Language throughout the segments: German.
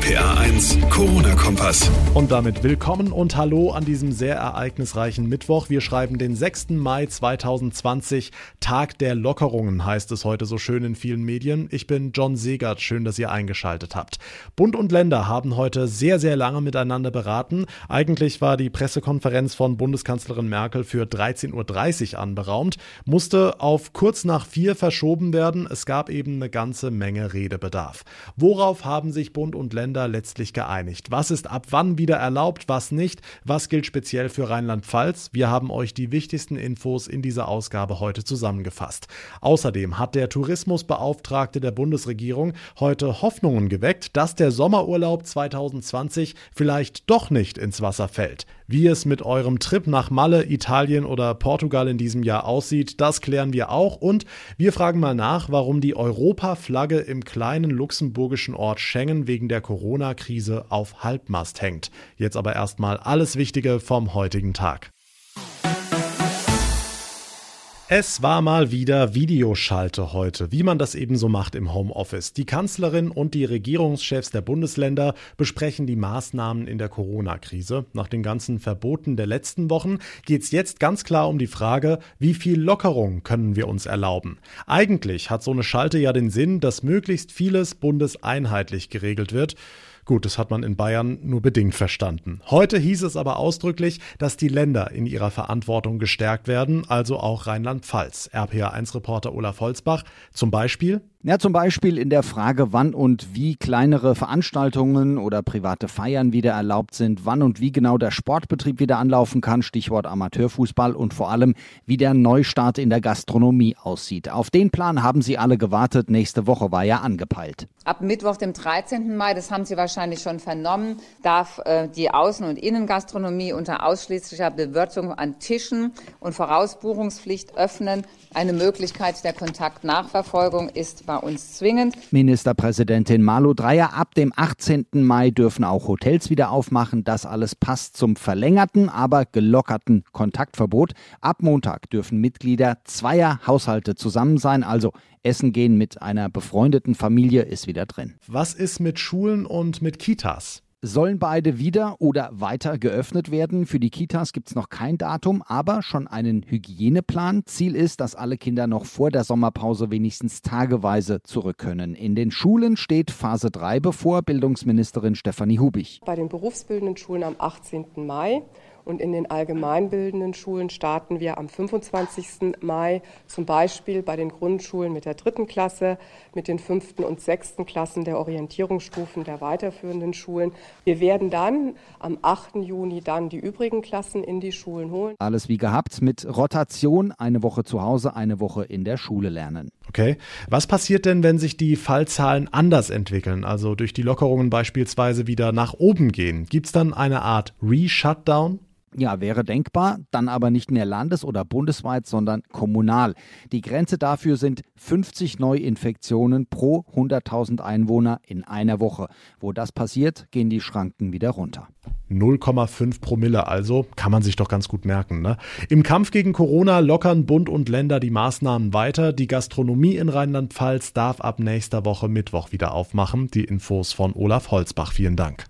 RPA1 Corona-Kompass. Und damit willkommen und hallo an diesem sehr ereignisreichen Mittwoch. Wir schreiben den 6. Mai 2020. Tag der Lockerungen heißt es heute so schön in vielen Medien. Ich bin John Segert. Schön, dass ihr eingeschaltet habt. Bund und Länder haben heute sehr, sehr lange miteinander beraten. Eigentlich war die Pressekonferenz von Bundeskanzlerin Merkel für 13.30 Uhr anberaumt, musste auf kurz nach 4 verschoben werden. Es gab eben eine ganze Menge Redebedarf. Worauf haben sich Bund und Länder letztlich geeinigt? Was ist ab wann wieder erlaubt, was nicht? Was gilt speziell für Rheinland-Pfalz? Wir haben euch die wichtigsten Infos in dieser Ausgabe heute zusammengefasst. Außerdem hat der Tourismusbeauftragte der Bundesregierung heute Hoffnungen geweckt, dass der Sommerurlaub 2020 vielleicht doch nicht ins Wasser fällt. Wie es mit eurem Trip nach Malle, Italien oder Portugal in diesem Jahr aussieht, das klären wir auch. Und wir fragen mal nach, warum die Europa-Flagge im kleinen luxemburgischen Ort Schengen wegen der Corona-Krise auf Halbmast hängt. Jetzt aber erstmal alles Wichtige vom heutigen Tag. Es war mal wieder Videoschalte heute, wie man das eben so macht im Homeoffice. Die Kanzlerin und die Regierungschefs der Bundesländer besprechen die Maßnahmen in der Corona-Krise. Nach den ganzen Verboten der letzten Wochen geht es jetzt ganz klar um die Frage, wie viel Lockerung können wir uns erlauben? Eigentlich hat so eine Schalte ja den Sinn, dass möglichst vieles bundeseinheitlich geregelt wird. Gut, das hat man in Bayern nur bedingt verstanden. Heute hieß es aber ausdrücklich, dass die Länder in ihrer Verantwortung gestärkt werden, also auch Rheinland-Pfalz. RPA1-Reporter Olaf Holzbach, zum Beispiel? Ja, zum Beispiel in der Frage, wann und wie kleinere Veranstaltungen oder private Feiern wieder erlaubt sind, wann und wie genau der Sportbetrieb wieder anlaufen kann, Stichwort Amateurfußball, und vor allem, wie der Neustart in der Gastronomie aussieht. Auf den Plan haben Sie alle gewartet. Nächste Woche war ja angepeilt. Ab Mittwoch, dem 13. Mai, das haben Sie wahrscheinlich schon vernommen, darf die Außen- und Innengastronomie unter ausschließlicher Bewirtung an Tischen und Vorausbuchungspflicht öffnen. Eine Möglichkeit der Kontaktnachverfolgung ist bei uns zwingend. Ministerpräsidentin Malu Dreyer: Ab dem 18. Mai dürfen auch Hotels wieder aufmachen. Das alles passt zum verlängerten, aber gelockerten Kontaktverbot. Ab Montag dürfen Mitglieder zweier Haushalte zusammen sein, also Essen gehen mit einer befreundeten Familie ist wieder drin. Was ist mit Schulen und mit Kitas? Sollen beide wieder oder weiter geöffnet werden? Für die Kitas gibt es noch kein Datum, aber schon einen Hygieneplan. Ziel ist, dass alle Kinder noch vor der Sommerpause wenigstens tageweise zurück können. In den Schulen steht Phase 3 bevor, Bildungsministerin Stefanie Hubich. Bei den berufsbildenden Schulen am 18. Mai. Und in den allgemeinbildenden Schulen starten wir am 25. Mai, zum Beispiel bei den Grundschulen mit der 3. Klasse, mit den 5. und 6. Klassen der Orientierungsstufen der weiterführenden Schulen. Wir werden dann am 8. Juni dann die übrigen Klassen in die Schulen holen. Alles wie gehabt mit Rotation, eine Woche zu Hause, eine Woche in der Schule lernen. Okay. Was passiert denn, wenn sich die Fallzahlen anders entwickeln, also durch die Lockerungen beispielsweise wieder nach oben gehen? Gibt es dann eine Art Re-Shutdown? Ja, wäre denkbar, dann aber nicht mehr landes- oder bundesweit, sondern kommunal. Die Grenze dafür sind 50 Neuinfektionen pro 100.000 Einwohner in einer Woche. Wo das passiert, gehen die Schranken wieder runter. 0,5 Promille also, kann man sich doch ganz gut merken, ne? Im Kampf gegen Corona lockern Bund und Länder die Maßnahmen weiter. Die Gastronomie in Rheinland-Pfalz darf ab nächster Woche Mittwoch wieder aufmachen. Die Infos von Olaf Holzbach. Vielen Dank.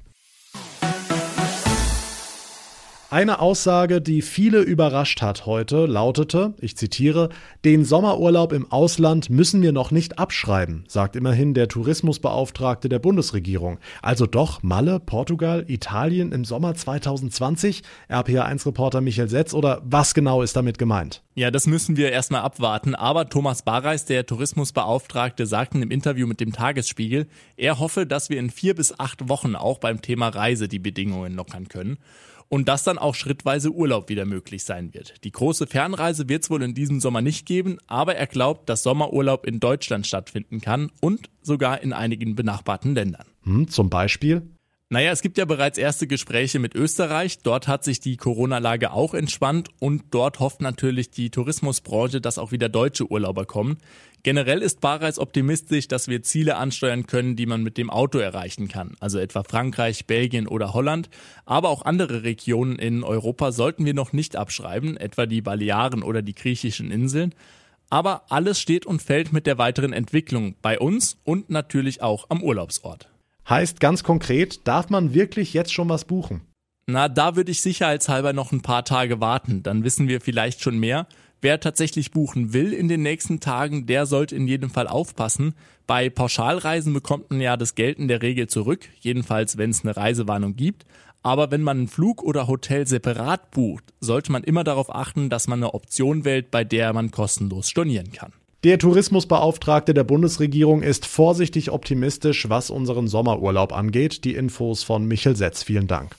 Eine Aussage, die viele überrascht hat heute, lautete, ich zitiere, den Sommerurlaub im Ausland müssen wir noch nicht abschreiben, sagt immerhin der Tourismusbeauftragte der Bundesregierung. Also doch Malle, Portugal, Italien im Sommer 2020? RPA1-Reporter Michael Setz, oder was genau ist damit gemeint? Ja, das müssen wir erstmal abwarten. Aber Thomas Bareis, der Tourismusbeauftragte, sagte im Interview mit dem Tagesspiegel, er hoffe, dass wir in 4 bis 8 Wochen auch beim Thema Reise die Bedingungen lockern können. Und dass dann auch schrittweise Urlaub wieder möglich sein wird. Die große Fernreise wird es wohl in diesem Sommer nicht geben, aber er glaubt, dass Sommerurlaub in Deutschland stattfinden kann und sogar in einigen benachbarten Ländern. Zum Beispiel? Naja, es gibt ja bereits erste Gespräche mit Österreich. Dort hat sich die Corona-Lage auch entspannt und dort hofft natürlich die Tourismusbranche, dass auch wieder deutsche Urlauber kommen. Generell ist Bareis optimistisch, dass wir Ziele ansteuern können, die man mit dem Auto erreichen kann. Also etwa Frankreich, Belgien oder Holland. Aber auch andere Regionen in Europa sollten wir noch nicht abschreiben, etwa die Balearen oder die griechischen Inseln. Aber alles steht und fällt mit der weiteren Entwicklung bei uns und natürlich auch am Urlaubsort. Heißt ganz konkret, darf man wirklich jetzt schon was buchen? Na, da würde ich sicherheitshalber noch ein paar Tage warten, dann wissen wir vielleicht schon mehr. Wer tatsächlich buchen will in den nächsten Tagen, der sollte in jedem Fall aufpassen. Bei Pauschalreisen bekommt man ja das Geld in der Regel zurück, jedenfalls wenn es eine Reisewarnung gibt. Aber wenn man einen Flug oder Hotel separat bucht, sollte man immer darauf achten, dass man eine Option wählt, bei der man kostenlos stornieren kann. Der Tourismusbeauftragte der Bundesregierung ist vorsichtig optimistisch, was unseren Sommerurlaub angeht. Die Infos von Michel Setz. Vielen Dank.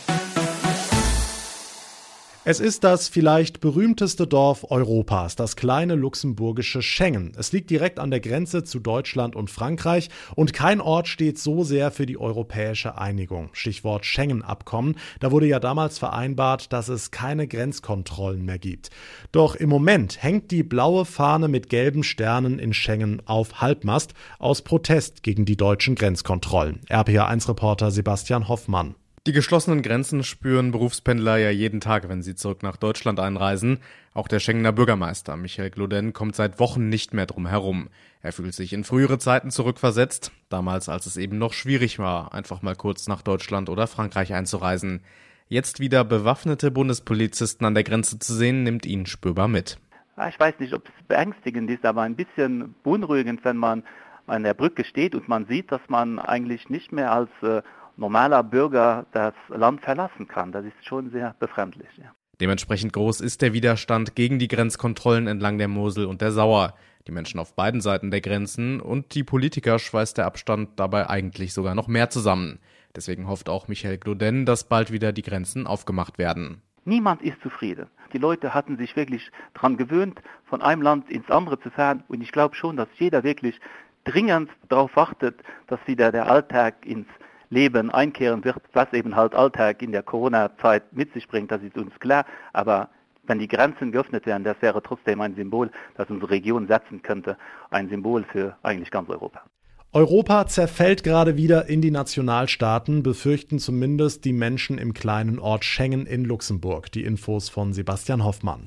Es ist das vielleicht berühmteste Dorf Europas, das kleine luxemburgische Schengen. Es liegt direkt an der Grenze zu Deutschland und Frankreich und kein Ort steht so sehr für die europäische Einigung. Stichwort Schengen-Abkommen. Da wurde ja damals vereinbart, dass es keine Grenzkontrollen mehr gibt. Doch im Moment hängt die blaue Fahne mit gelben Sternen in Schengen auf Halbmast aus Protest gegen die deutschen Grenzkontrollen. RPA1-Reporter Sebastian Hoffmann. Die geschlossenen Grenzen spüren Berufspendler ja jeden Tag, wenn sie zurück nach Deutschland einreisen. Auch der Schengener Bürgermeister Michael Gloden kommt seit Wochen nicht mehr drum herum. Er fühlt sich in frühere Zeiten zurückversetzt, damals als es eben noch schwierig war, einfach mal kurz nach Deutschland oder Frankreich einzureisen. Jetzt wieder bewaffnete Bundespolizisten an der Grenze zu sehen, nimmt ihn spürbar mit. Ich weiß nicht, ob es beängstigend ist, aber ein bisschen beunruhigend, wenn man an der Brücke steht und man sieht, dass man eigentlich nicht mehr als normaler Bürger das Land verlassen kann. Das ist schon sehr befremdlich. Ja. Dementsprechend groß ist der Widerstand gegen die Grenzkontrollen entlang der Mosel und der Sauer. Die Menschen auf beiden Seiten der Grenzen und die Politiker schweißt der Abstand dabei eigentlich sogar noch mehr zusammen. Deswegen hofft auch Michael Gloden, dass bald wieder die Grenzen aufgemacht werden. Niemand ist zufrieden. Die Leute hatten sich wirklich daran gewöhnt, von einem Land ins andere zu fahren. Und ich glaube schon, dass jeder wirklich dringend darauf wartet, dass wieder der Alltag ins Leben einkehren wird, was eben halt Alltag in der Corona-Zeit mit sich bringt, das ist uns klar. Aber wenn die Grenzen geöffnet werden, das wäre trotzdem ein Symbol, das unsere Region setzen könnte. Ein Symbol für eigentlich ganz Europa. Europa zerfällt gerade wieder in die Nationalstaaten, befürchten zumindest die Menschen im kleinen Ort Schengen in Luxemburg. Die Infos von Sebastian Hoffmann.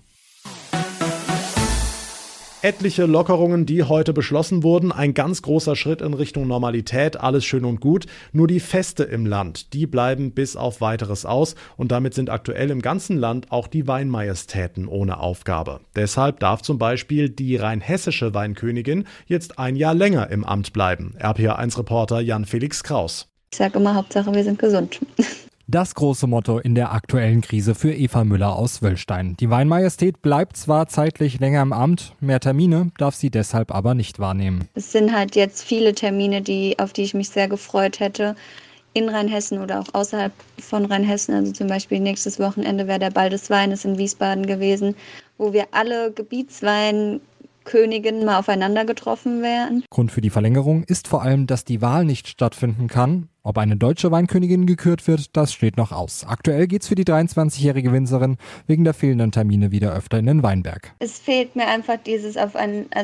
Etliche Lockerungen, die heute beschlossen wurden. Ein ganz großer Schritt in Richtung Normalität, alles schön und gut. Nur die Feste im Land, die bleiben bis auf Weiteres aus. Und damit sind aktuell im ganzen Land auch die Weinmajestäten ohne Aufgabe. Deshalb darf zum Beispiel die rheinhessische Weinkönigin jetzt ein Jahr länger im Amt bleiben. RPA1-Reporter Jan-Felix Kraus. Ich sage immer, Hauptsache wir sind gesund. Das große Motto in der aktuellen Krise für Eva Müller aus Wöllstein. Die Weinmajestät bleibt zwar zeitlich länger im Amt, mehr Termine darf sie deshalb aber nicht wahrnehmen. Es sind halt jetzt viele Termine, auf die ich mich sehr gefreut hätte, in Rheinhessen oder auch außerhalb von Rheinhessen. Also zum Beispiel nächstes Wochenende wäre der Ball des Weines in Wiesbaden gewesen, wo wir alle Gebietsweinköniginnen mal aufeinander getroffen wären. Grund für die Verlängerung ist vor allem, dass die Wahl nicht stattfinden kann. Ob eine deutsche Weinkönigin gekürt wird, das steht noch aus. Aktuell geht's für die 23-jährige Winzerin wegen der fehlenden Termine wieder öfter in den Weinberg. Es fehlt mir einfach dieses auf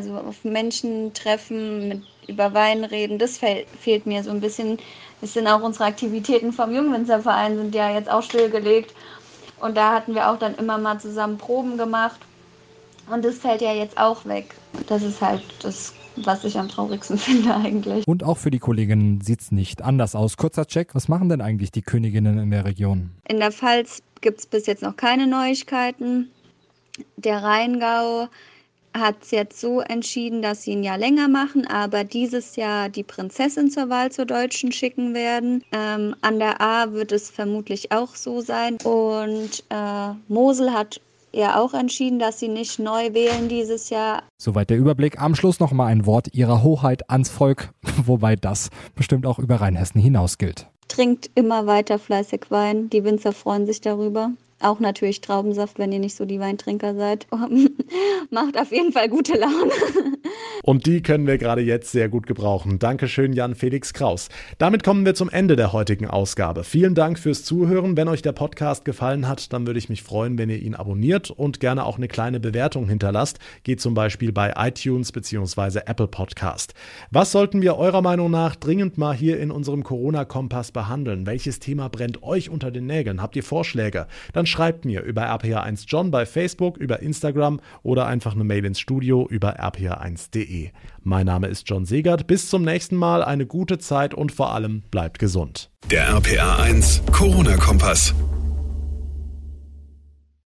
Menschen treffen, über Wein reden. Das fehlt mir so ein bisschen. Es sind auch unsere Aktivitäten vom Jungwinzerverein sind ja jetzt auch stillgelegt. Und da hatten wir auch dann immer mal zusammen Proben gemacht. Und das fällt ja jetzt auch weg. Das ist halt das, was ich am traurigsten finde eigentlich. Und auch für die Kolleginnen sieht's nicht anders aus. Kurzer Check, was machen denn eigentlich die Königinnen in der Region? In der Pfalz gibt's bis jetzt noch keine Neuigkeiten. Der Rheingau hat es jetzt so entschieden, dass sie ein Jahr länger machen, aber dieses Jahr die Prinzessin zur Wahl zur Deutschen schicken werden. An der A wird es vermutlich auch so sein. Und Mosel hat ja auch entschieden, dass sie nicht neu wählen dieses Jahr. Soweit der Überblick. Am Schluss noch mal ein Wort Ihrer Hoheit ans Volk, wobei das bestimmt auch über Rheinhessen hinaus gilt. Trinkt immer weiter fleißig Wein. Die Winzer freuen sich darüber. Auch natürlich Traubensaft, wenn ihr nicht so die Weintrinker seid. Macht auf jeden Fall gute Laune. Und die können wir gerade jetzt sehr gut gebrauchen. Dankeschön, Jan-Felix Kraus. Damit kommen wir zum Ende der heutigen Ausgabe. Vielen Dank fürs Zuhören. Wenn euch der Podcast gefallen hat, dann würde ich mich freuen, wenn ihr ihn abonniert und gerne auch eine kleine Bewertung hinterlasst. Geht zum Beispiel bei iTunes bzw. Apple Podcast. Was sollten wir eurer Meinung nach dringend mal hier in unserem Corona-Kompass behandeln? Welches Thema brennt euch unter den Nägeln? Habt ihr Vorschläge? Dann schreibt mir über RPA1 John bei Facebook, über Instagram oder einfach eine Mail ins Studio über rpa1.de. Mein Name ist John Segert. Bis zum nächsten Mal. Eine gute Zeit und vor allem bleibt gesund. Der RPA1 Corona-Kompass.